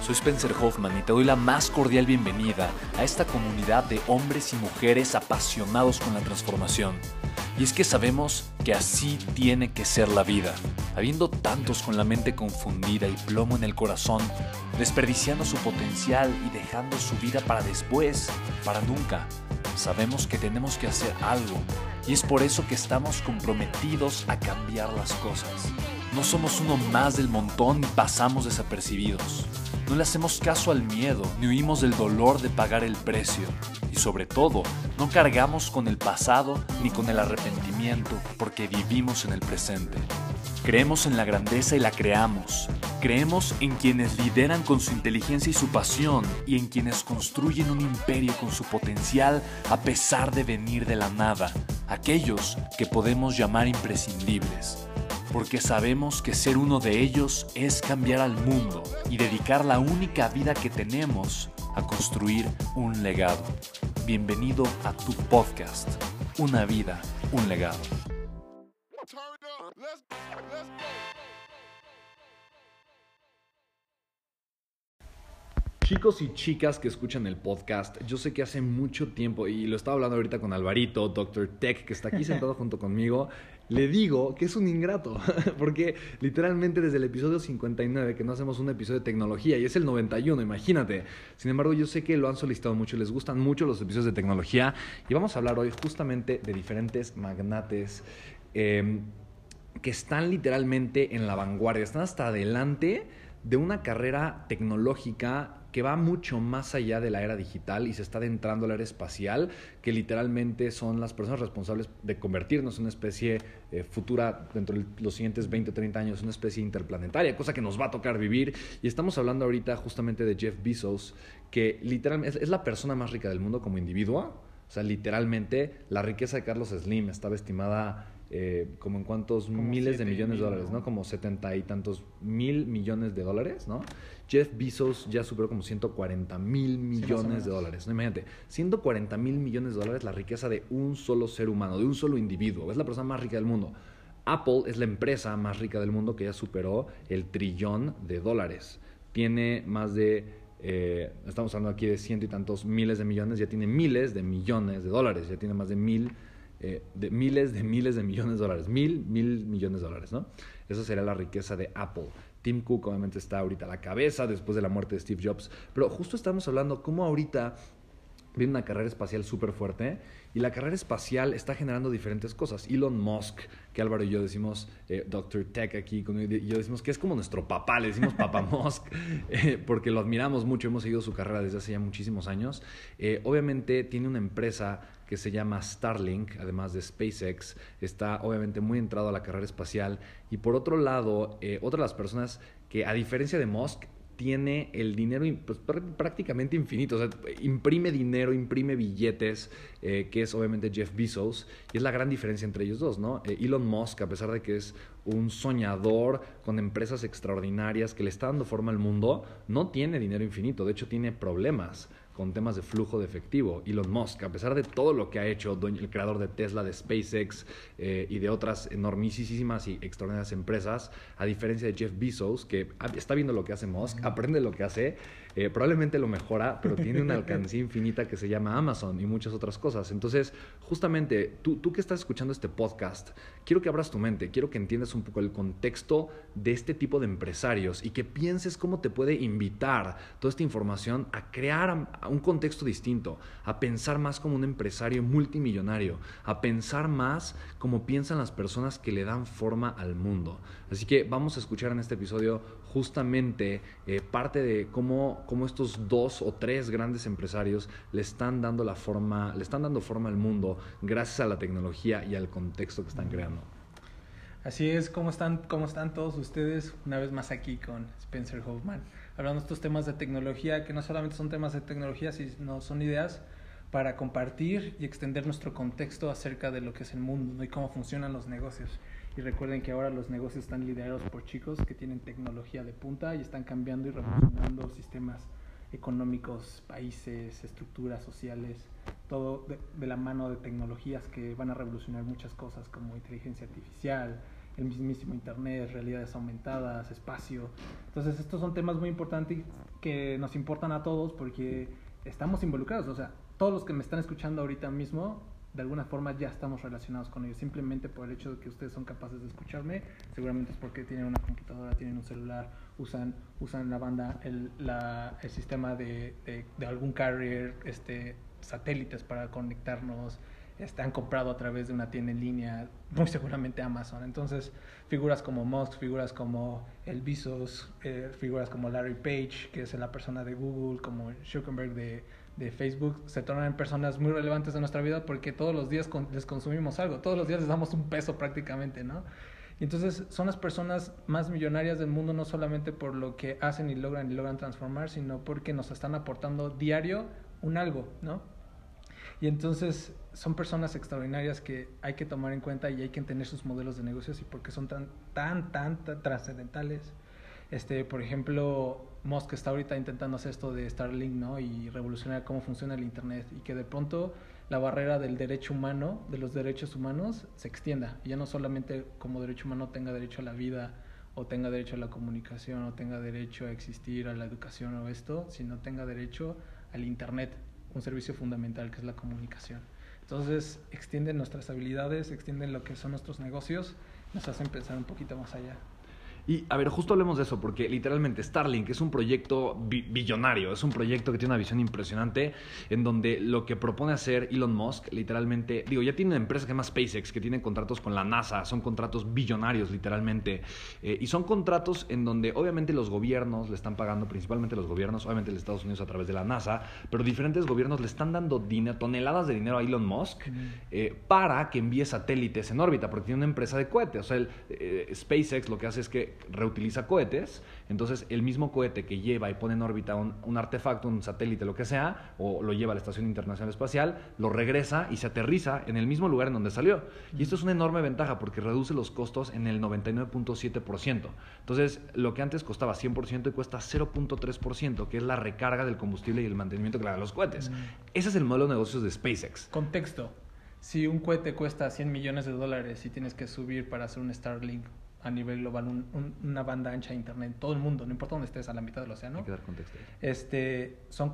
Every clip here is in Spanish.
Soy Spencer Hoffman y te doy la más cordial bienvenida a esta comunidad de hombres y mujeres apasionados con la transformación. Y es que sabemos que así tiene que ser la vida, habiendo tantos con la mente confundida y plomo en el corazón, desperdiciando su potencial y dejando su vida para después, para nunca. Sabemos que tenemos que hacer algo y es por eso que estamos comprometidos a cambiar las cosas. No somos uno más del montón y pasamos desapercibidos. No le hacemos caso al miedo ni huimos del dolor de pagar el precio. Y sobre todo, no cargamos con el pasado ni con el arrepentimiento porque vivimos en el presente. Creemos en la grandeza y la creamos. Creemos en quienes lideran con su inteligencia y su pasión y en quienes construyen un imperio con su potencial a pesar de venir de la nada. Aquellos que podemos llamar imprescindibles. Porque sabemos que ser uno de ellos es cambiar al mundo y dedicar la única vida que tenemos a construir un legado. Bienvenido a tu podcast, Una vida, un legado. Chicos y chicas que escuchan el podcast, yo sé que hace mucho tiempo, y lo estaba hablando ahorita con Alvarito, Dr. Tech, que está aquí sentado junto conmigo, le digo que es un ingrato, porque literalmente desde el episodio 59 que no hacemos un episodio de tecnología, y es el 91, imagínate. Sin embargo, yo sé que lo han solicitado mucho, les gustan mucho los episodios de tecnología, y vamos a hablar hoy justamente de diferentes magnates que están literalmente en la vanguardia, están hasta adelante de una carrera tecnológica que va mucho más allá de la era digital y se está adentrando a la era espacial, que literalmente son las personas responsables de convertirnos en una especie futura dentro de los siguientes 20 o 30 años, una especie interplanetaria, cosa que nos va a tocar vivir. Y estamos hablando ahorita justamente de Jeff Bezos, que literalmente es la persona más rica del mundo como individuo. O sea, literalmente la riqueza de Carlos Slim estaba estimada como en cuántos como miles de millones de dólares, ¿no? Como 70 y tantos mil millones de dólares, ¿no? Jeff Bezos ya superó como 140 mil millones de dólares, ¿no? Imagínate, 140 mil millones de dólares la riqueza de un solo ser humano, de un solo individuo. Es la persona más rica del mundo. Apple es la empresa más rica del mundo que ya superó el trillón de dólares. Tiene más de estamos hablando aquí de ciento y tantos miles de millones, ya tiene miles de millones de dólares, ya tiene más de miles de millones de dólares, mil millones de dólares, ¿no? Esa sería la riqueza de Apple. Tim Cook obviamente está ahorita a la cabeza después de la muerte de Steve Jobs, pero justo estamos hablando cómo ahorita viene una carrera espacial súper fuerte y la carrera espacial está generando diferentes cosas. Elon Musk, que Álvaro y yo decimos, Dr. Tech aquí, y yo decimos que es como nuestro papá, le decimos Papá Musk, porque lo admiramos mucho, hemos seguido su carrera desde hace ya muchísimos años. Obviamente tiene una empresa que se llama Starlink, además de SpaceX, está obviamente muy entrado a la carrera espacial. Y por otro lado, otra de las personas que, a diferencia de Musk, tiene el dinero pues, prácticamente infinito, o sea, imprime dinero, imprime billetes, que es obviamente Jeff Bezos, y es la gran diferencia entre ellos dos, ¿no? Elon Musk, a pesar de que es un soñador con empresas extraordinarias que le está dando forma al mundo, no tiene dinero infinito, de hecho tiene problemas con temas de flujo de efectivo. Elon Musk, a pesar de todo lo que ha hecho, el creador de Tesla, de SpaceX y de otras enormísimas y extraordinarias empresas, a diferencia de Jeff Bezos, que está viendo lo que hace Musk, aprende lo que hace, probablemente lo mejora, pero tiene una alcancía infinita que se llama Amazon y muchas otras cosas. Entonces, justamente, tú que estás escuchando este podcast, quiero que abras tu mente, quiero que entiendas un poco el contexto de este tipo de empresarios y que pienses cómo te puede invitar toda esta información a crear un contexto distinto, a pensar más como un empresario multimillonario, a pensar más como piensan las personas que le dan forma al mundo. Así que vamos a escuchar en este episodio justamente parte de cómo estos 2 o 3 grandes empresarios le están dando forma al mundo gracias a la tecnología y al contexto que están creando. Así es, ¿cómo están todos ustedes? Una vez más aquí con Spencer Hoffman, hablando de estos temas de tecnología, que no solamente son temas de tecnología, sino son ideas para compartir y extender nuestro contexto acerca de lo que es el mundo, ¿no? Y cómo funcionan los negocios. Y recuerden que ahora los negocios están liderados por chicos que tienen tecnología de punta y están cambiando y revolucionando sistemas económicos, países, estructuras sociales, todo de la mano de tecnologías que van a revolucionar muchas cosas como inteligencia artificial, el mismísimo internet, realidades aumentadas, espacio. Entonces estos son temas muy importantes que nos importan a todos porque estamos involucrados. O sea, todos los que me están escuchando ahorita mismo, de alguna forma ya estamos relacionados con ellos. Simplemente por el hecho de que ustedes son capaces de escucharme, seguramente es porque tienen una computadora, tienen un celular, usan la banda, el sistema de algún carrier, satélites para conectarnos, han comprado a través de una tienda en línea, muy seguramente Amazon. Entonces, figuras como Musk, figuras como el Bezos, figuras como Larry Page, que es la persona de Google, como Zuckerberg de Facebook, se tornan personas muy relevantes de nuestra vida porque todos los días les consumimos algo, todos los días les damos un peso prácticamente, ¿no? Y entonces son las personas más millonarias del mundo no solamente por lo que hacen y logran transformar, sino porque nos están aportando diario un algo, ¿no? Y entonces son personas extraordinarias que hay que tomar en cuenta y hay que entender sus modelos de negocios y por qué son tan trascendentales. Por ejemplo, Musk está ahorita intentando hacer esto de Starlink, ¿no? Y revolucionar cómo funciona el internet y que de pronto la barrera del derecho humano, de los derechos humanos, se extienda. Y ya no solamente como derecho humano tenga derecho a la vida o tenga derecho a la comunicación o tenga derecho a existir, a la educación o esto, sino tenga derecho al internet, un servicio fundamental que es la comunicación. Entonces extienden nuestras habilidades, extienden lo que son nuestros negocios, nos hacen pensar un poquito más allá. Y, a ver, justo hablemos de eso, porque literalmente Starlink es un proyecto billonario, es un proyecto que tiene una visión impresionante, en donde lo que propone hacer Elon Musk, literalmente, ya tiene una empresa que se llama SpaceX, que tiene contratos con la NASA, son contratos billonarios, literalmente, y son contratos en donde, obviamente, los gobiernos le están pagando, principalmente los gobiernos, obviamente los Estados Unidos a través de la NASA, pero diferentes gobiernos le están dando toneladas de dinero a Elon Musk para que envíe satélites en órbita, porque tiene una empresa de cohetes, o sea, SpaceX lo que hace es que reutiliza cohetes, entonces el mismo cohete que lleva y pone en órbita un artefacto, un satélite, lo que sea, o lo lleva a la Estación Internacional Espacial, lo regresa y se aterriza en el mismo lugar en donde salió. Y esto es una enorme ventaja porque reduce los costos en el 99.7%. Entonces, lo que antes costaba 100% y cuesta 0.3%, que es la recarga del combustible y el mantenimiento que le dan los cohetes. Ese es el modelo de negocios de SpaceX. Contexto. Si un cohete cuesta $100 millones y tienes que subir para hacer un Starlink a nivel global, una banda ancha de internet en todo el mundo, no importa dónde estés, a la mitad del océano. Hay que dar contexto. Son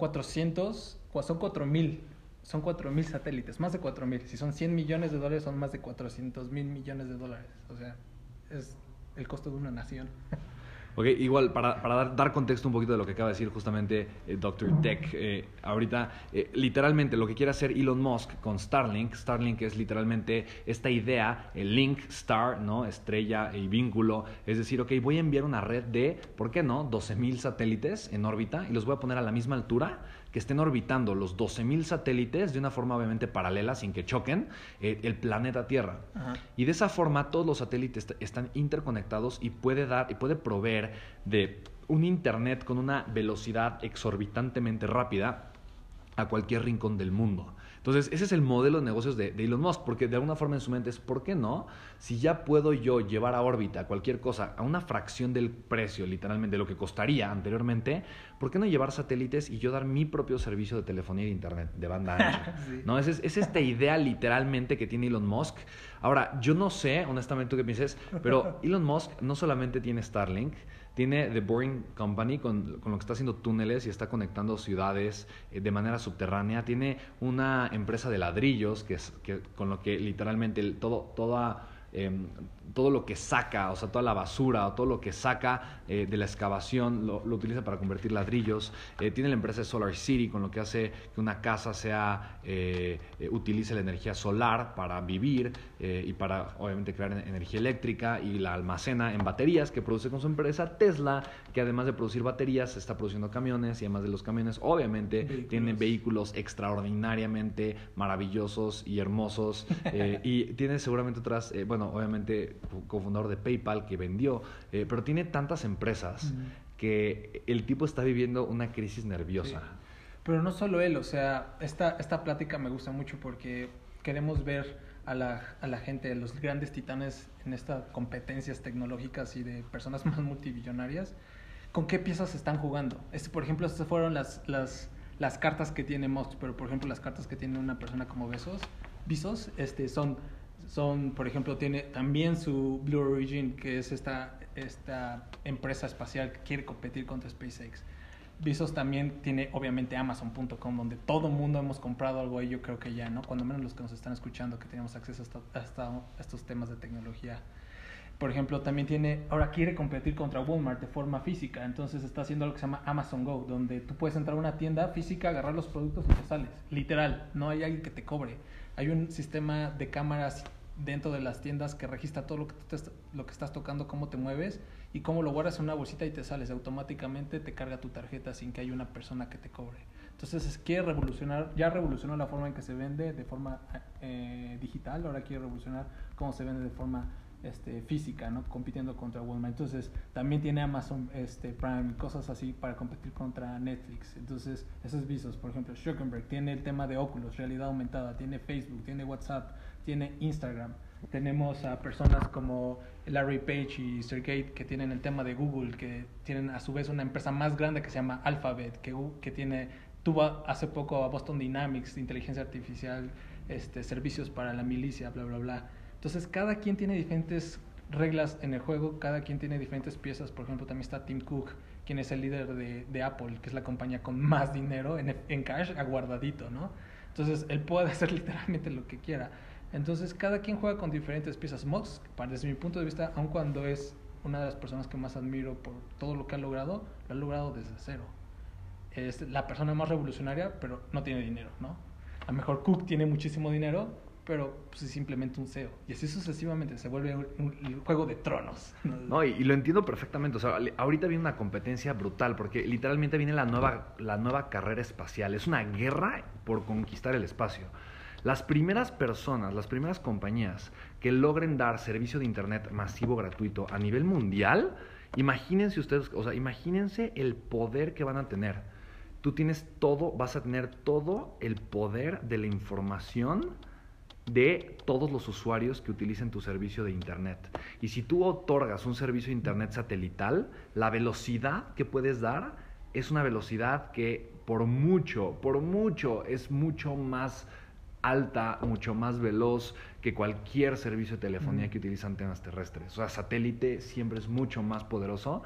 4.000 satélites, más de 4.000. Si son $100 millones, son más de 400.000 millones de dólares. O sea, es el costo de una nación. Ok, igual, para dar contexto un poquito de lo que acaba de decir justamente Dr. Tech, ahorita, literalmente lo que quiere hacer Elon Musk con Starlink es literalmente esta idea, el link, star, ¿no? Estrella y vínculo, es decir, ok, voy a enviar una red de, ¿por qué no?, 12,000 satélites en órbita y los voy a poner a la misma altura, que estén orbitando los 12,000 satélites de una forma obviamente paralela, sin que choquen, el planeta Tierra. Ajá. Y de esa forma todos los satélites están interconectados y puede proveer de un internet con una velocidad exorbitantemente rápida a cualquier rincón del mundo. Entonces, ese es el modelo de negocios de Elon Musk, porque de alguna forma en su mente es, ¿por qué no? Si ya puedo yo llevar a órbita cualquier cosa a una fracción del precio, literalmente, de lo que costaría anteriormente, ¿por qué no llevar satélites y yo dar mi propio servicio de telefonía y de internet de banda ancha? Sí. ¿No? Es esta idea literalmente que tiene Elon Musk. Ahora, yo no sé, honestamente, tú qué piensas, pero Elon Musk no solamente tiene Starlink, tiene The Boring Company con lo que está haciendo túneles y está conectando ciudades de manera subterránea. Tiene una empresa de ladrillos con lo que literalmente todo lo que saca, o sea, toda la basura o todo lo que saca de la excavación lo utiliza para convertir ladrillos. Tiene la empresa de Solar City, con lo que hace que una casa utilice la energía solar para vivir y para, obviamente, crear energía eléctrica, y la almacena en baterías que produce con su empresa Tesla, que además de producir baterías está produciendo camiones, y además de los camiones, obviamente, tiene vehículos extraordinariamente maravillosos y hermosos, y tiene seguramente otras, obviamente cofundador de PayPal, que vendió, pero tiene tantas empresas que el tipo está viviendo una crisis nerviosa. Sí. Pero no solo él, o sea, esta plática me gusta mucho porque queremos ver a la gente, a los grandes titanes en estas competencias tecnológicas y de personas más multimillonarias, con qué piezas están jugando. Por ejemplo, estas fueron las cartas que tiene Musk, pero por ejemplo las cartas que tiene una persona como Bezos son Son, por ejemplo, tiene también su Blue Origin, que es esta empresa espacial que quiere competir contra SpaceX. Bezos también tiene, obviamente, Amazon.com, donde todo el mundo hemos comprado algo ahí, yo creo que ya, ¿no? Cuando menos los que nos están escuchando, que tenemos acceso a estos temas de tecnología. Por ejemplo, también ahora quiere competir contra Walmart de forma física, entonces está haciendo algo que se llama Amazon Go, donde tú puedes entrar a una tienda física, agarrar los productos y te sales. Literal, no hay alguien que te cobre. Hay un sistema de cámaras dentro de las tiendas que registra todo lo que estás tocando, cómo te mueves y cómo lo guardas en una bolsita y te sales. Automáticamente te carga tu tarjeta sin que haya una persona que te cobre. Entonces ya revolucionó la forma en que se vende de forma digital, ahora quiere revolucionar cómo se vende de forma física, ¿no? Compitiendo contra Walmart. Entonces también tiene Amazon Prime, cosas así para competir contra Netflix. Entonces esos visos, por ejemplo, Zuckerberg tiene el tema de Oculus, realidad aumentada, tiene Facebook, tiene WhatsApp, tiene Instagram. Tenemos a personas como Larry Page y Sergey que tienen el tema de Google, que tienen a su vez una empresa más grande que se llama Alphabet, que tuvo hace poco a Boston Dynamics, inteligencia artificial, servicios para la milicia, bla, bla, bla. Entonces, cada quien tiene diferentes reglas en el juego, cada quien tiene diferentes piezas. Por ejemplo, también está Tim Cook, quien es el líder de Apple, que es la compañía con más dinero en cash aguardadito, ¿no? Entonces, él puede hacer literalmente lo que quiera. Entonces, cada quien juega con diferentes piezas. Musk, desde mi punto de vista, aun cuando es una de las personas que más admiro por todo lo que lo ha logrado desde cero. Es la persona más revolucionaria, pero no tiene dinero, ¿no? A lo mejor Cook tiene muchísimo dinero, pero pues, es simplemente un CEO. Y así sucesivamente se vuelve un juego de tronos. No, y lo entiendo perfectamente. O sea, ahorita viene una competencia brutal porque literalmente viene la nueva carrera espacial. Es una guerra por conquistar el espacio. Las primeras personas, las primeras compañías que logren dar servicio de internet masivo gratuito a nivel mundial, imagínense ustedes, o sea, imagínense el poder que van a tener. Tú tienes todo, vas a tener todo el poder de la información de todos los usuarios que utilicen tu servicio de internet. Y si tú otorgas un servicio de internet satelital, la velocidad que puedes dar es una velocidad que por mucho es mucho más alta, mucho más veloz que cualquier servicio de telefonía que utiliza antenas terrestres. O sea, satélite siempre es mucho más poderoso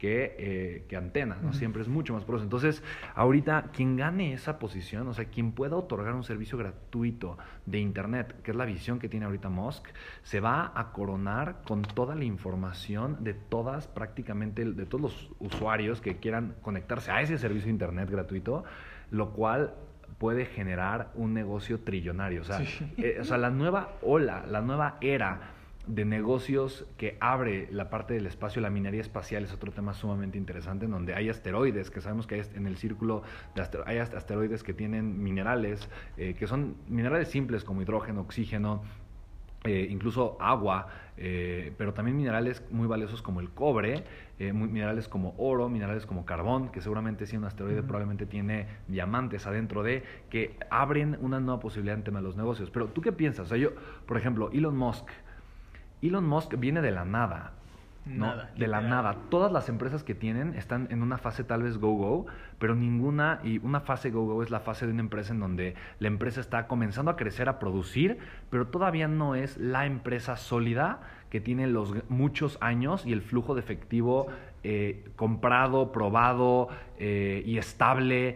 que antena, ¿no? Siempre es mucho más poderoso. Entonces, ahorita, quien gane esa posición, o sea, quien pueda otorgar un servicio gratuito de internet, que es la visión que tiene ahorita Musk, se va a coronar con toda la información de prácticamente de todos los usuarios que quieran conectarse a ese servicio de internet gratuito, lo cual puede generar un negocio trillonario. O sea, sí. La nueva ola, la nueva era de negocios que abre la parte del espacio, la minería espacial es otro tema sumamente interesante, en donde hay asteroides, que sabemos que hay en el círculo de hay asteroides que tienen minerales, que son minerales simples como hidrógeno, oxígeno, incluso agua, pero también minerales muy valiosos como el cobre, minerales como oro, minerales como carbón, que seguramente si un asteroide probablemente tiene diamantes adentro que abren una nueva posibilidad en tema de los negocios. Pero ¿tú qué piensas? O sea, por ejemplo, Elon Musk viene de la nada. ¿No? De la nada. Todas las empresas que tienen están en una fase tal vez go-go, pero ninguna, y una fase go-go es la fase de una empresa en donde la empresa está comenzando a crecer, a producir, pero todavía no es la empresa sólida que tiene los muchos años y el flujo de efectivo comprado, probado y estable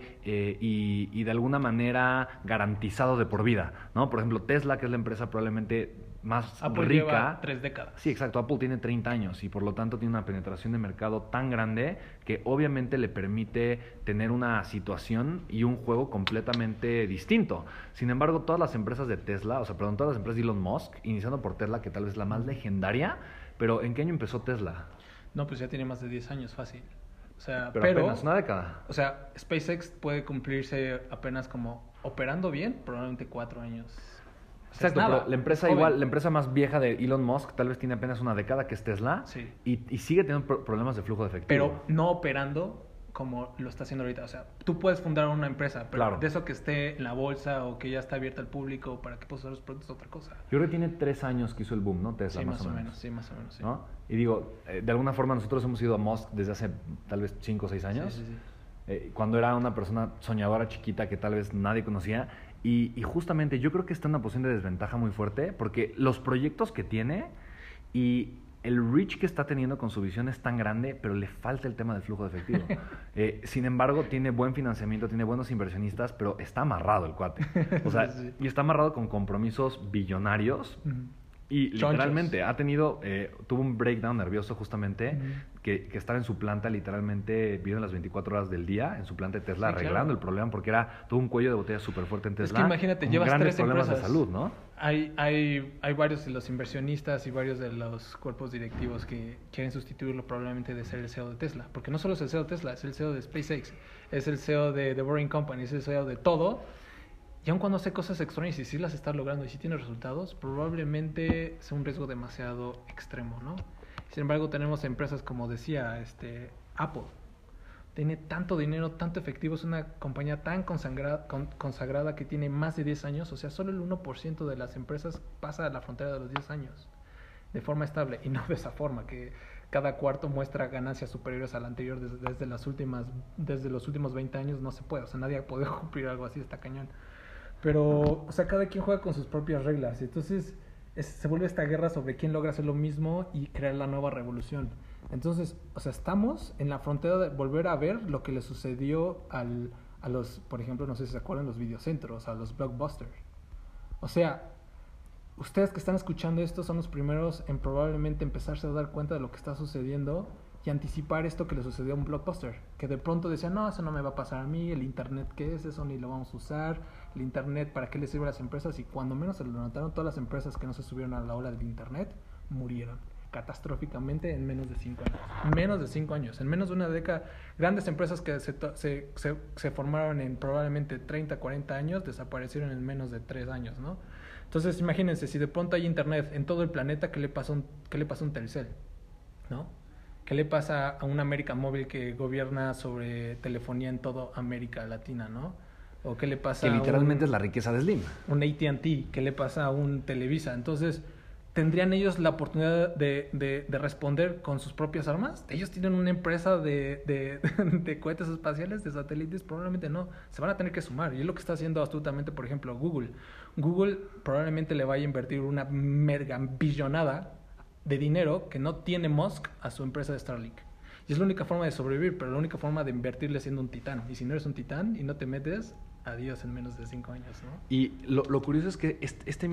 y de alguna manera garantizado de por vida, ¿no? Por ejemplo, Tesla, que es la empresa probablemente más Apple rica. Lleva 3 décadas. Sí, exacto. Apple tiene 30 años y por lo tanto tiene una penetración de mercado tan grande que obviamente le permite tener una situación y un juego completamente distinto. Sin embargo, todas las empresas de Tesla, todas las empresas de Elon Musk, iniciando por Tesla, que tal vez es la más legendaria, pero ¿en qué año empezó Tesla? No, pues ya tiene más de 10 años fácil. O sea, pero apenas una década. O sea, SpaceX puede cumplirse apenas como operando bien, probablemente 4 años. Exacto, pero la empresa la empresa más vieja de Elon Musk tal vez tiene apenas una década, que es Tesla, sí. y sigue teniendo problemas de flujo de efectivo. Pero no operando como lo está haciendo ahorita. O sea, tú puedes fundar una empresa, pero claro, de eso que esté en la bolsa o que ya está abierta al público para que puedas usar los productos es otra cosa. Yo creo que tiene 3 años que hizo el boom, ¿no? Tesla, sí, más o menos. Sí, más o menos, sí. ¿No? Y digo, de alguna forma nosotros hemos ido a Musk desde hace tal vez 5 o 6 años. Sí. Cuando era una persona soñadora chiquita que tal vez nadie conocía. Y justamente yo creo que está en una posición de desventaja muy fuerte porque los proyectos que tiene y el reach que está teniendo con su visión es tan grande, pero le falta el tema del flujo de efectivo. Sin embargo, tiene buen financiamiento, tiene buenos inversionistas, pero está amarrado el cuate. O sea, sí. Y está amarrado con compromisos billonarios. Y literalmente tuvo un breakdown nervioso justamente, que estaba en su planta, literalmente viviendo las 24 horas del día en su planta de Tesla, arreglando el problema porque tuvo un cuello de botella súper fuerte en Tesla. Es que imagínate, llevas grandes 3 problemas empresas de salud, ¿no? Hay varios de los inversionistas y varios de los cuerpos directivos que quieren sustituirlo probablemente de ser el CEO de Tesla, porque no solo es el CEO de Tesla, es el CEO de SpaceX, es el CEO de The Boring Company, es el CEO de todo. Y aun cuando hace cosas extrañas y sí las está logrando y sí tiene resultados, probablemente sea un riesgo demasiado extremo, ¿no? Sin embargo, tenemos empresas como decía Apple. Tiene tanto dinero, tanto efectivo, es una compañía tan consagrada que tiene más de 10 años. O sea, solo el 1% de las empresas pasa a la frontera de los 10 años de forma estable y no de esa forma, que cada cuarto muestra ganancias superiores a la anterior desde los últimos 20 años. No se puede, o sea, nadie ha podido cumplir algo así, está cañón. Pero, o sea, cada quien juega con sus propias reglas. Entonces, se vuelve esta guerra sobre quién logra hacer lo mismo y crear la nueva revolución. Entonces, o sea, estamos en la frontera de volver a ver lo que le sucedió a los, por ejemplo, no sé si se acuerdan, los videocentros, a los blockbusters. O sea, ustedes que están escuchando esto son los primeros en probablemente empezarse a dar cuenta de lo que está sucediendo y anticipar esto que le sucedió a un blockbuster, que de pronto decían, no, eso no me va a pasar a mí, el internet, ¿qué es eso? Ni lo vamos a usar, el internet, ¿para qué le sirve a las empresas? Y cuando menos se lo notaron, todas las empresas que no se subieron a la ola del internet murieron catastróficamente en menos de 5 años. Menos de 5 años, en menos de una década. Grandes empresas que se formaron en probablemente 30, 40 años, desaparecieron en menos de 3 años, ¿no? Entonces, imagínense, si de pronto hay internet en todo el planeta, ¿qué le pasa a un Telcel? ¿No? ¿Qué le pasa a un América Móvil que gobierna sobre telefonía en toda América Latina, ¿no? ¿O qué le pasa que literalmente es la riqueza de Slim? Un AT&T, ¿qué le pasa a un Televisa? Entonces, ¿tendrían ellos la oportunidad de responder con sus propias armas? ¿Ellos tienen una empresa de cohetes espaciales, de satélites? Probablemente no. Se van a tener que sumar. Y es lo que está haciendo astutamente, por ejemplo, Google. Google probablemente le vaya a invertir una mega billonada de dinero que no tiene Musk a su empresa de Starlink. Y es la única forma de sobrevivir, pero la única forma de invertirle siendo un titán. Y si no eres un titán y no te metes, adiós en menos de 5 años, ¿no? Y lo curioso es que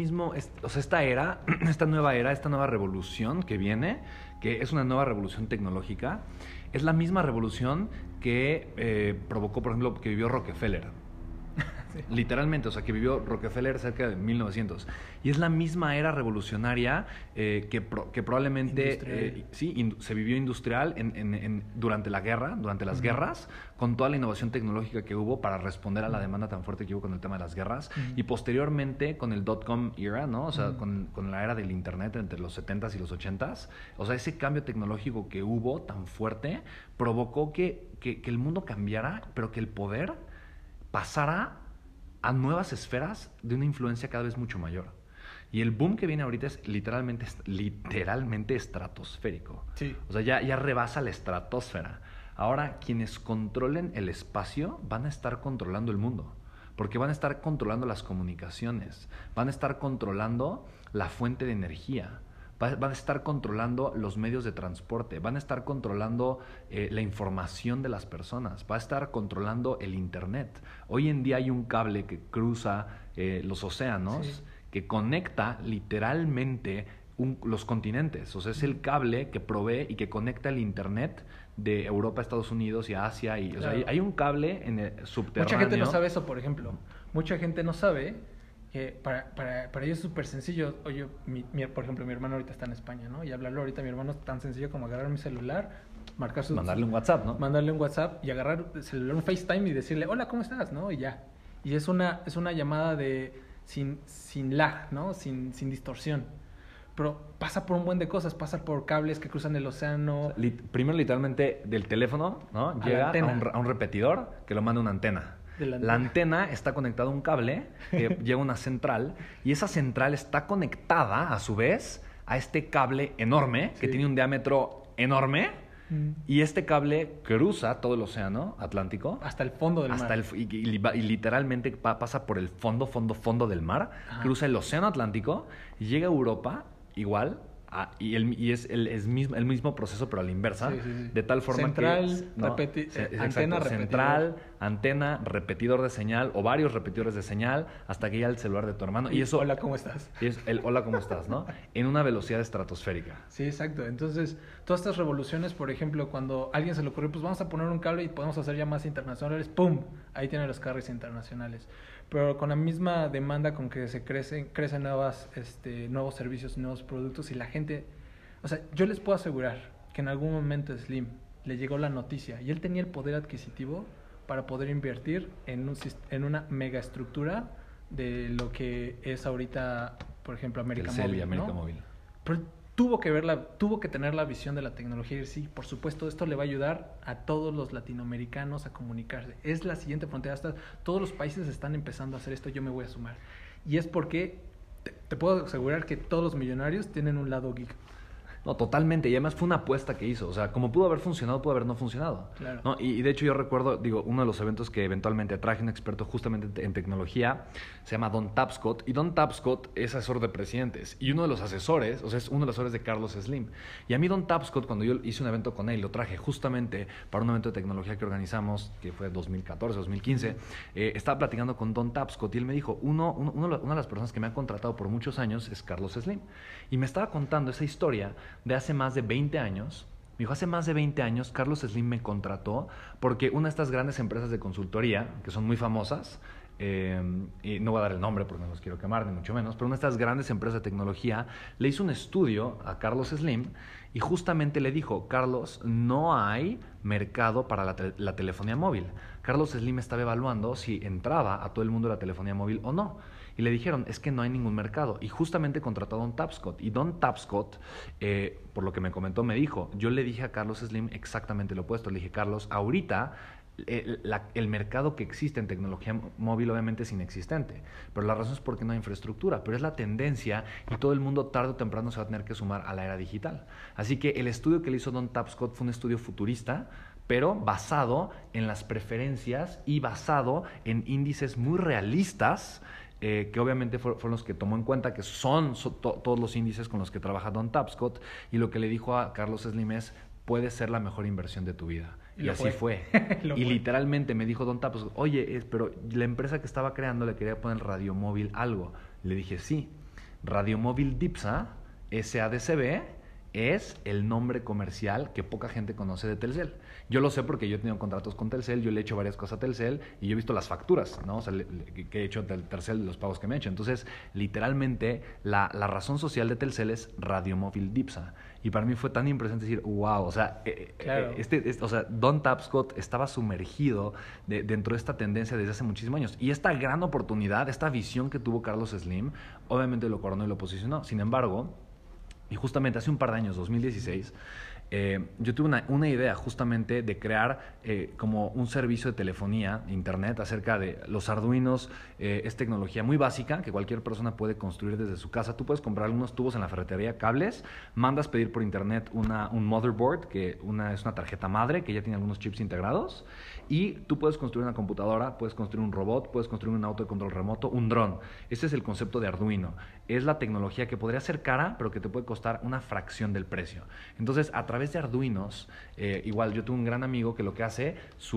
esta nueva revolución que viene, que es una nueva revolución tecnológica, es la misma revolución que provocó, por ejemplo, que vivió Rockefeller. Sí. Literalmente, o sea, que vivió Rockefeller cerca de 1900. Y es la misma era revolucionaria que probablemente se vivió industrial durante la guerra, durante las guerras, con toda la innovación tecnológica que hubo para responder a la demanda tan fuerte que hubo con el tema de las guerras. Y posteriormente con el .com era, ¿no? O sea, con la era del internet entre los 70s y los 80s. O sea, ese cambio tecnológico que hubo tan fuerte provocó que el mundo cambiara, pero que el poder pasara a nuevas esferas de una influencia cada vez mucho mayor. Y el boom que viene ahorita es literalmente estratosférico. Sí. O sea, ya rebasa la estratosfera. Ahora, quienes controlen el espacio van a estar controlando el mundo. Porque van a estar controlando las comunicaciones. Van a estar controlando la fuente de energía. Van a estar controlando los medios de transporte, van a estar controlando la información de las personas, va a estar controlando el internet. Hoy en día hay un cable que cruza los océanos, que conecta literalmente los continentes. O sea, es el cable que provee y que conecta el internet de Europa a Estados Unidos y a Asia. O sea, hay un cable en el subterráneo. Mucha gente no sabe eso, por ejemplo. Mucha gente no sabe que para ellos es súper sencillo. Oye, por ejemplo, mi hermano ahorita está en España, ¿no? Y hablarlo ahorita a mi hermano es tan sencillo como agarrar mi celular, mandarle un WhatsApp, ¿no? Mandarle un WhatsApp y agarrar el celular, un FaceTime y decirle, hola, ¿cómo estás? ¿No? Y ya. Y es una llamada sin lag, ¿no? Sin distorsión. Pero pasa por un buen de cosas, pasa por cables que cruzan el océano. Primero, literalmente, del teléfono, ¿no? Llega a un repetidor que lo manda una antena. La antena está conectada a un cable que lleva una central y esa central está conectada a su vez a este cable enorme que tiene un diámetro enorme Y este cable cruza todo el océano Atlántico. Hasta el fondo del mar. Y literalmente pasa por el fondo del mar. Ajá. Cruza el océano Atlántico y llega a Europa igual. Y es el mismo proceso, pero a la inversa. Sí. De tal forma central, antena, repetidor de señal o varios repetidores de señal hasta que llega el celular de tu hermano. Y eso, hola, ¿cómo estás? Es el hola, ¿cómo estás? ¿No? En una velocidad estratosférica. Sí, exacto. Entonces, todas estas revoluciones, por ejemplo, cuando a alguien se le ocurrió, pues vamos a poner un cable y podemos hacer llamadas internacionales, ¡pum! Ahí tienen los carriers internacionales. Pero con la misma demanda con que se crecen nuevos servicios, nuevos productos y la gente... O sea, yo les puedo asegurar que en algún momento Slim le llegó la noticia y él tenía el poder adquisitivo para poder invertir en una mega estructura de lo que es ahorita, por ejemplo, América Móvil. Y América Móvil. Pero tuvo que tener la visión de la tecnología y sí, por supuesto, esto le va a ayudar a todos los latinoamericanos a comunicarse. Es la siguiente frontera. Hasta todos los países están empezando a hacer esto, yo me voy a sumar. Y es porque te puedo asegurar que todos los millonarios tienen un lado geek. No, totalmente. Y además fue una apuesta que hizo. O sea, como pudo haber funcionado, pudo haber no funcionado. Claro. ¿No? Y de hecho yo recuerdo, uno de los eventos que eventualmente traje un experto justamente en tecnología, se llama Don Tapscott. Y Don Tapscott es asesor de presidentes. Y uno de los asesores, o sea, es uno de los asesores de Carlos Slim. Y a mí Don Tapscott, cuando yo hice un evento con él, lo traje justamente para un evento de tecnología que organizamos, que fue 2014, 2015, estaba platicando con Don Tapscott y él me dijo, una de las personas que me han contratado por muchos años es Carlos Slim. Y me estaba contando esa historia de hace más de 20 años. Me dijo, hace más de 20 años Carlos Slim me contrató porque una de estas grandes empresas de consultoría, que son muy famosas, y no voy a dar el nombre porque no los quiero quemar, ni mucho menos, pero una de estas grandes empresas de tecnología le hizo un estudio a Carlos Slim y justamente le dijo, Carlos, no hay mercado para la telefonía móvil. Carlos Slim estaba evaluando si entraba a todo el mundo de la telefonía móvil o no. Y le dijeron, es que no hay ningún mercado. Y justamente contrató a Don Tapscott. Y Don Tapscott, por lo que me comentó, me dijo, yo le dije a Carlos Slim exactamente lo opuesto. Le dije, Carlos, ahorita el mercado que existe en tecnología móvil obviamente es inexistente. Pero la razón es porque no hay infraestructura. Pero es la tendencia y todo el mundo tarde o temprano se va a tener que sumar a la era digital. Así que el estudio que le hizo Don Tapscott fue un estudio futurista, pero basado en las preferencias y basado en índices muy realistas, que obviamente fueron los que tomó en cuenta, que son todos los índices con los que trabaja Don Tapscott, y lo que le dijo a Carlos Slim es, puede ser la mejor inversión de tu vida. Y así fue. Y literalmente me dijo Don Tapscott, oye, pero la empresa que estaba creando le quería poner Radiomóvil algo. Le dije, sí, Radiomóvil Dipsa, SADCB, es el nombre comercial que poca gente conoce de Telcel. Yo lo sé porque yo he tenido contratos con Telcel, yo le he hecho varias cosas a Telcel y yo he visto las facturas, ¿no? O sea, que he hecho del Telcel, los pagos que me he hecho. Entonces, literalmente, la razón social de Telcel es Radiomóvil Dipsa. Y para mí fue tan impresionante decir, wow, o sea, claro. O sea, Don Tapscott estaba sumergido dentro de esta tendencia desde hace muchísimos años. Y esta gran oportunidad, esta visión que tuvo Carlos Slim, obviamente lo coronó y lo posicionó. Sin embargo, y justamente hace un par de años, 2016, yo tuve una idea justamente de crear como un servicio de telefonía, internet, acerca de los Arduinos. Es tecnología muy básica que cualquier persona puede construir desde su casa. Tú puedes comprar algunos tubos en la ferretería, cables, mandas pedir por internet un motherboard, que es una tarjeta madre que ya tiene algunos chips integrados, y tú puedes construir una computadora, puedes construir un robot, puedes construir un auto de control remoto, un dron. Ese es el concepto de Arduino. Es la tecnología que podría ser cara, pero que te puede costar una fracción del precio. Entonces, a través de Arduinos, igual yo tuve un gran amigo que lo que hace,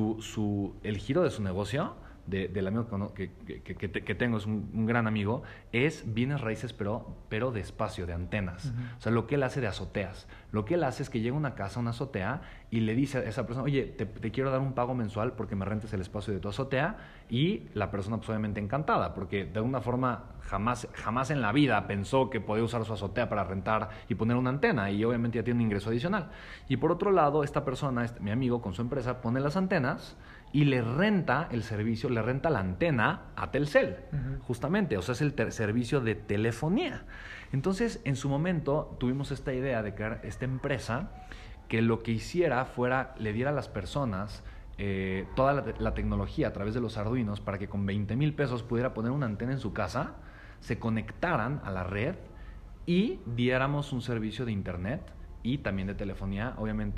el giro de su negocio, del amigo que tengo, es un gran amigo, es bienes raíces, pero de espacio, de antenas. O sea, lo que él hace de azoteas. Lo que él hace es que llega a una casa, una azotea, y le dice a esa persona, oye, te quiero dar un pago mensual porque me rentes el espacio de tu azotea, y la persona pues obviamente encantada, porque de alguna forma jamás en la vida pensó que podía usar su azotea para rentar y poner una antena, y obviamente ya tiene un ingreso adicional. Y por otro lado, esta persona, mi amigo con su empresa, pone las antenas y le renta el servicio, le renta la antena a Telcel, justamente. O sea, es el servicio de telefonía. Entonces, en su momento, tuvimos esta idea de crear esta empresa que lo que hiciera fuera, le diera a las personas toda la tecnología a través de los Arduinos para que con 20,000 pesos pudiera poner una antena en su casa, se conectaran a la red y diéramos un servicio de internet y también de telefonía, obviamente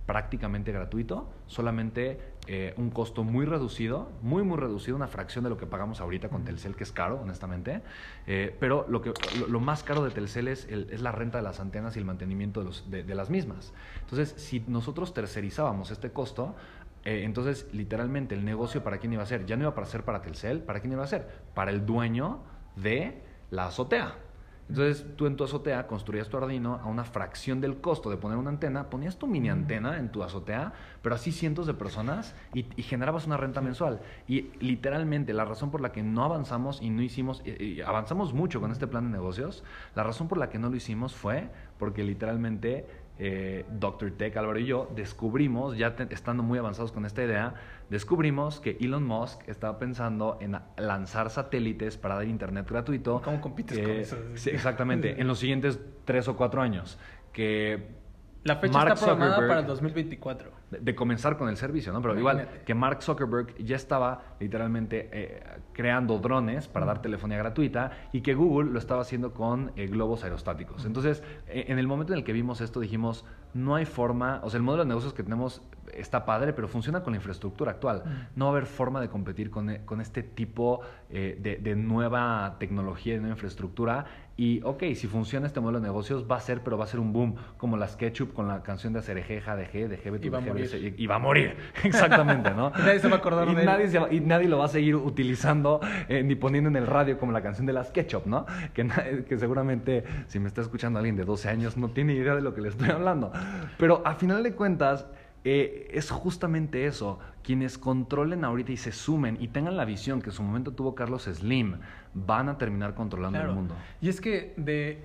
prácticamente gratuito, solamente un costo muy reducido, muy reducido, una fracción de lo que pagamos ahorita con Telcel, que es caro, honestamente, pero lo más caro de Telcel es la renta de las antenas y el mantenimiento de las mismas. Entonces, si nosotros tercerizábamos este costo, entonces literalmente el negocio, ¿para quién iba a ser? Ya no iba a ser para Telcel, ¿para quién iba a ser? Para el dueño de la azotea. Entonces tú en tu azotea construías tu Arduino a una fracción del costo de poner una antena, ponías tu mini antena en tu azotea, pero así cientos de personas y generabas una renta mensual. Y literalmente la razón por la que no avanzamos y no hicimos, y avanzamos mucho con este plan de negocios, la razón por la que no lo hicimos fue porque literalmente Dr. Tech, Álvaro y yo descubrimos, ya estando muy avanzados con esta idea, descubrimos que Elon Musk estaba pensando en lanzar satélites para dar internet gratuito. ¿Cómo compites con eso? Sí, exactamente, en los siguientes 3 o 4 años. Que la fecha Mark está programada Zuckerberg, para el 2024. De comenzar con el servicio, ¿no? Pero igual que Mark Zuckerberg ya estaba literalmente creando drones para dar telefonía gratuita y que Google lo estaba haciendo con globos aerostáticos. Entonces, en el momento en el que vimos esto, dijimos, no hay forma, o sea, el modelo de negocios que tenemos está padre, pero funciona con la infraestructura actual. No va a haber forma de competir con este tipo de nueva tecnología, de nueva infraestructura. Y ok, si funciona este modelo de negocios, va a ser un boom, como las Ketchup con la canción de Acereje, Jadeje, de GB, y va a morir, exactamente, ¿no? Y nadie se va a acordar de él. Y nadie lo va a seguir utilizando ni poniendo en el radio como la canción de las Ketchup, ¿no? Que seguramente, si me está escuchando alguien de 12 años, no tiene idea de lo que le estoy hablando. Pero a final de cuentas, es justamente eso. Quienes controlen ahorita y se sumen y tengan la visión que en su momento tuvo Carlos Slim, van a terminar controlando el mundo. Y es que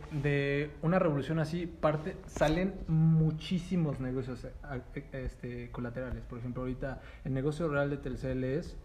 de una revolución así salen muchísimos negocios colaterales. Por ejemplo, ahorita el negocio real de Telcel es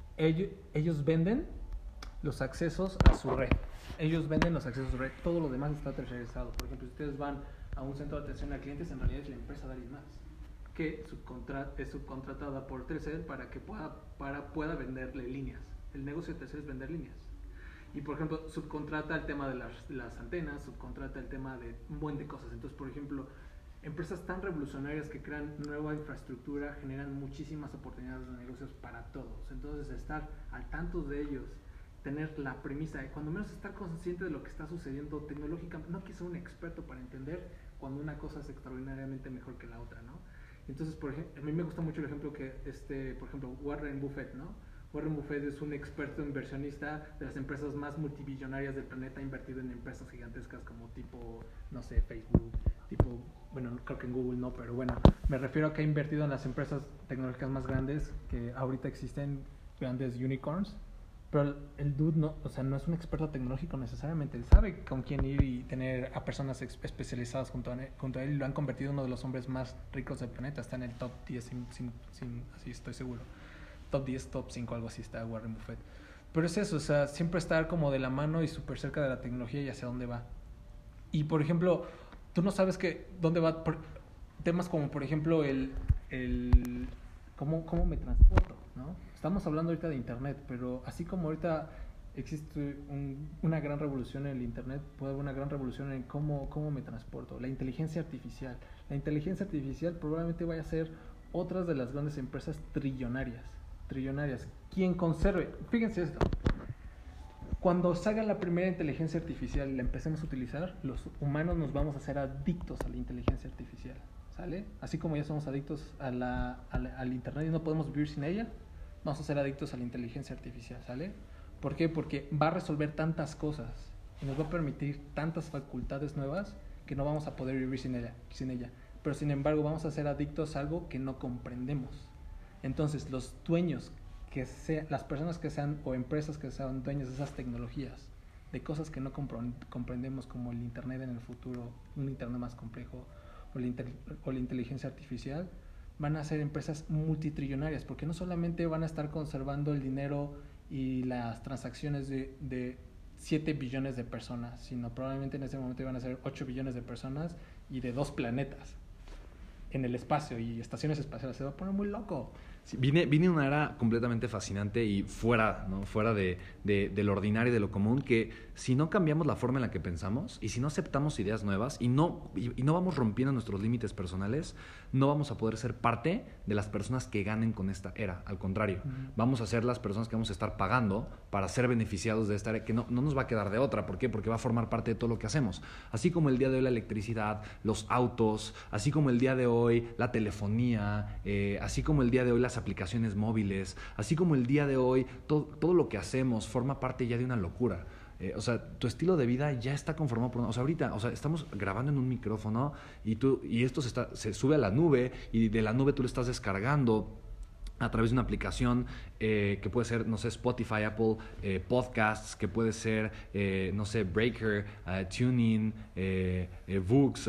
ellos venden los accesos a su red. Ellos venden los accesos a su red. Todo lo demás está tercerizado. Por ejemplo, si ustedes van a un centro de atención a clientes, en realidad es la empresa Daris Más, que es subcontratada por Telcel para que pueda venderle líneas. El negocio de Telcel es vender líneas. Y, por ejemplo, subcontrata el tema de las antenas, subcontrata el tema de un buen de cosas. Entonces, por ejemplo, empresas tan revolucionarias que crean nueva infraestructura generan muchísimas oportunidades de negocios para todos. Entonces, estar al tanto de ellos, tener la premisa, cuando menos estar consciente de lo que está sucediendo tecnológicamente, no que sea un experto para entender cuando una cosa es extraordinariamente mejor que la otra, ¿no? Entonces, por ejemplo, a mí me gusta mucho el ejemplo que, por ejemplo, Warren Buffett, ¿no? Warren Buffett es un experto inversionista de las empresas más multibillonarias del planeta, ha invertido en empresas gigantescas como tipo, no sé, Facebook, tipo, bueno, creo que en Google no, pero bueno, me refiero a que ha invertido en las empresas tecnológicas más grandes que ahorita existen, grandes unicorns, pero el dude no, o sea, no es un experto tecnológico necesariamente, él sabe con quién ir y tener a personas especializadas junto a él, y lo han convertido en uno de los hombres más ricos del planeta, está en el top 10, así estoy seguro. Top 10, top 5, algo así está Warren Buffett. Pero es eso, o sea, siempre estar como de la mano y súper cerca de la tecnología y hacia dónde va. Y, por ejemplo, tú no sabes dónde va, temas como, por ejemplo, cómo me transporto, ¿no? Estamos hablando ahorita de Internet, pero así como ahorita existe una gran revolución en el Internet, puede haber una gran revolución en cómo me transporto. La inteligencia artificial. La inteligencia artificial probablemente vaya a ser otras de las grandes empresas trillonarias. Quien conserve, fíjense esto, cuando salga la primera inteligencia artificial y la empecemos a utilizar, los humanos nos vamos a hacer adictos a la inteligencia artificial, ¿sale? Así como ya somos adictos al internet y no podemos vivir sin ella, vamos a ser adictos a la inteligencia artificial, ¿sale? ¿Por qué? Porque va a resolver tantas cosas y nos va a permitir tantas facultades nuevas que no vamos a poder vivir sin ella. Pero sin embargo vamos a ser adictos a algo que no comprendemos. Entonces, los dueños, las personas que sean o empresas que sean dueños de esas tecnologías, de cosas que no comprendemos como el Internet en el futuro, un Internet más complejo o la inteligencia artificial, van a ser empresas multitrillonarias, porque no solamente van a estar conservando el dinero y las transacciones de 7 billones de personas, sino probablemente en ese momento van a ser 8 billones de personas y de 2 planetas en el espacio y estaciones espaciales. Se va a poner muy loco. Sí, viene una era completamente fascinante y fuera, ¿no? Fuera de lo ordinario y de lo común, que si no cambiamos la forma en la que pensamos y si no aceptamos ideas nuevas y no vamos rompiendo nuestros límites personales, no vamos a poder ser parte de las personas que ganen con esta era. Al contrario, vamos a ser las personas que vamos a estar pagando para ser beneficiados de esta era, que no nos va a quedar de otra. ¿Por qué? Porque va a formar parte de todo lo que hacemos. Así como el día de hoy la electricidad, los autos, así como el día de hoy la telefonía, así como el día de hoy las aplicaciones móviles, así como el día de hoy todo lo que hacemos forma parte ya de una locura. O sea, tu estilo de vida ya está conformado por... O sea, ahorita, estamos grabando en un micrófono y esto se sube a la nube y de la nube tú lo estás descargando a través de una aplicación que puede ser, no sé, Spotify, Apple Podcasts, que puede ser, no sé, Breaker, TuneIn, Books,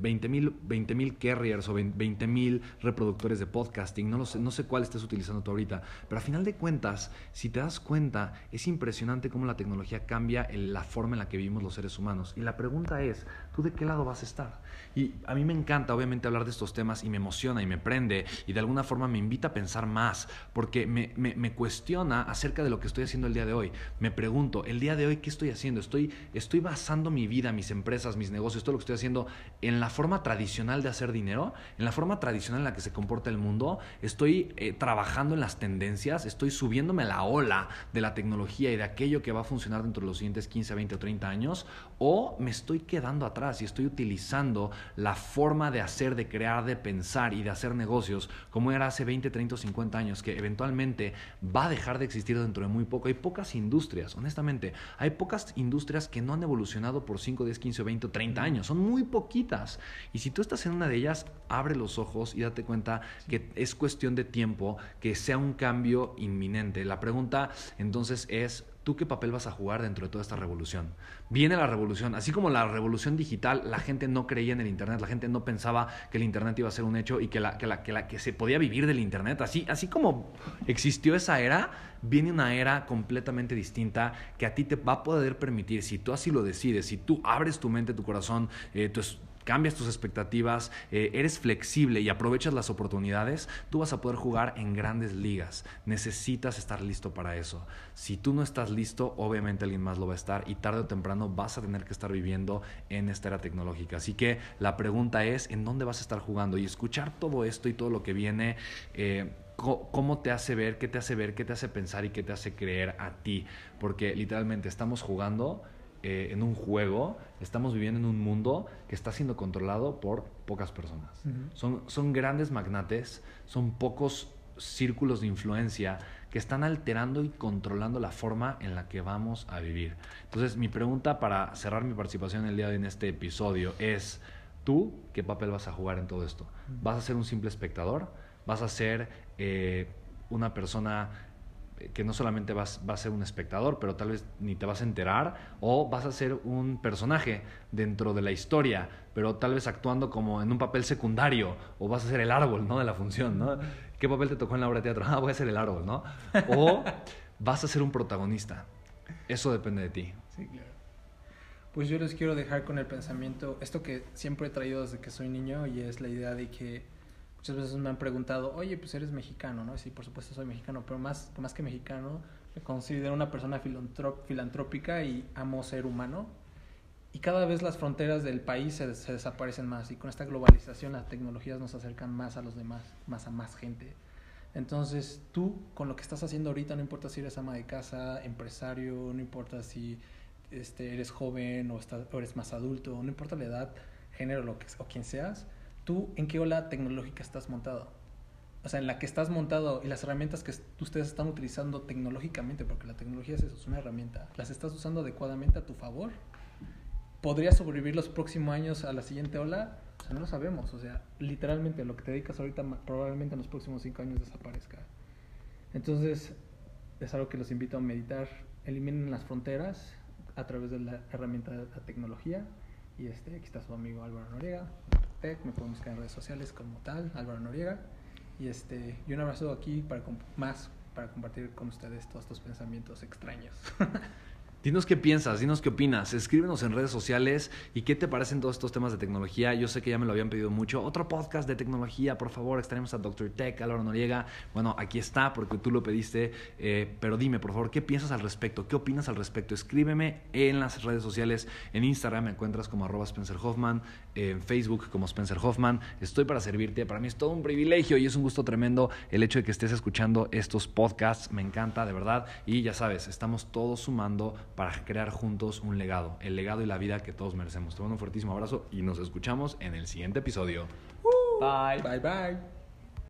20,000 carriers o 20,000 reproductores de podcasting. No sé cuál estés utilizando tú ahorita, pero a final de cuentas, si te das cuenta, es impresionante cómo la tecnología cambia la forma en la que vivimos los seres humanos. Y la pregunta es, ¿tú de qué lado vas a estar? Y a mí me encanta, obviamente, hablar de estos temas y me emociona y me prende y de alguna forma me invita a pensar más, porque me cuestiona acerca de lo que estoy haciendo el día de hoy. Me pregunto, el día de hoy, ¿qué estoy haciendo? Estoy basando mi vida, mis empresas, mis negocios, todo lo que estoy haciendo en la forma tradicional de hacer dinero, en la forma tradicional en la que se comporta el mundo. Estoy trabajando en las tendencias, estoy subiéndome a la ola de la tecnología y de aquello que va a funcionar dentro de los siguientes 15, 20 o 30 años, o me estoy quedando atrás y estoy utilizando la forma de hacer, de crear, de pensar y de hacer negocios como era hace 20, 30 o 50 años, que eventualmente va a dejar de existir dentro de muy poco. Hay pocas industrias, honestamente, hay pocas industrias que no han evolucionado por 5, 10, 15, 20 o 30 años, son muy poquitas. Y si tú estás en una de ellas, abre los ojos y date cuenta que es cuestión de tiempo que sea un cambio inminente. La pregunta entonces es, ¿tú qué papel vas a jugar dentro de toda esta revolución? Viene la revolución. Así como la revolución digital, la gente no creía en el Internet, la gente no pensaba que el Internet iba a ser un hecho y que se podía vivir del Internet. Así como existió esa era, viene una era completamente distinta que a ti te va a poder permitir, si tú así lo decides, si tú abres tu mente, tu corazón, cambias tus expectativas, eres flexible y aprovechas las oportunidades, tú vas a poder jugar en grandes ligas. Necesitas estar listo para eso. Si tú no estás listo, obviamente alguien más lo va a estar y tarde o temprano vas a tener que estar viviendo en esta era tecnológica. Así que la pregunta es, ¿en dónde vas a estar jugando? Y escuchar todo esto y todo lo que viene, ¿cómo te hace ver? ¿Qué te hace pensar y qué te hace creer a ti? Porque literalmente estamos jugando en un juego, estamos viviendo en un mundo que está siendo controlado por pocas personas. Son grandes magnates, son pocos círculos de influencia que están alterando y controlando la forma en la que vamos a vivir. Entonces, mi pregunta para cerrar mi participación el día de hoy en este episodio es, ¿tú qué papel vas a jugar en todo esto? ¿Vas a ser un simple espectador? ¿Vas a ser una persona que no solamente va a ser un espectador, pero tal vez ni te vas a enterar, o vas a ser un personaje dentro de la historia, pero tal vez actuando como en un papel secundario, o vas a ser el árbol, ¿no?, de la función, ¿no? ¿Qué papel te tocó en la obra de teatro? Voy a ser el árbol, ¿no? O vas a ser un protagonista. Eso depende de ti. Sí, claro. Pues yo les quiero dejar con el pensamiento, esto que siempre he traído desde que soy niño, y es la idea de que muchas veces me han preguntado, oye, pues eres mexicano, ¿no? Sí, por supuesto soy mexicano, pero más que mexicano, me considero una persona filantrópica y amo ser humano. Y cada vez las fronteras del país se desaparecen más, y con esta globalización las tecnologías nos acercan más a los demás, más a más gente. Entonces tú, con lo que estás haciendo ahorita, no importa si eres ama de casa, empresario, no importa si eres joven o eres más adulto, no importa la edad, género o quien seas, ¿tú en qué ola tecnológica estás montado? O sea, en la que estás montado y las herramientas que ustedes están utilizando tecnológicamente, porque la tecnología es eso, es una herramienta, ¿las estás usando adecuadamente a tu favor? ¿Podrías sobrevivir los próximos años a la siguiente ola? O sea, no lo sabemos. O sea, literalmente lo que te dedicas ahorita probablemente en los próximos 5 años desaparezca. Entonces, es algo que los invito a meditar. Eliminen las fronteras a través de la herramienta de la tecnología. Y aquí está su amigo Álvaro Noriega. Me pueden buscar en redes sociales como tal, Álvaro Noriega. Y un abrazo aquí para compartir con ustedes todos estos pensamientos extraños. Dinos qué piensas, dinos qué opinas. Escríbenos en redes sociales y qué te parecen todos estos temas de tecnología. Yo sé que ya me lo habían pedido mucho. Otro podcast de tecnología, por favor. Extraemos a Dr. Tech, Álvaro Noriega. Bueno, aquí está porque tú lo pediste. Pero dime, por favor, ¿qué piensas al respecto? ¿Qué opinas al respecto? Escríbeme en las redes sociales. En Instagram me encuentras como @SpencerHoffman. En Facebook como Spencer Hoffman. Estoy para servirte. Para mí es todo un privilegio y es un gusto tremendo el hecho de que estés escuchando estos podcasts. Me encanta, de verdad. Y ya sabes, estamos todos sumando para crear juntos un legado. El legado y la vida que todos merecemos. Te mando un fuertísimo abrazo y nos escuchamos en el siguiente episodio. Bye. Bye, bye.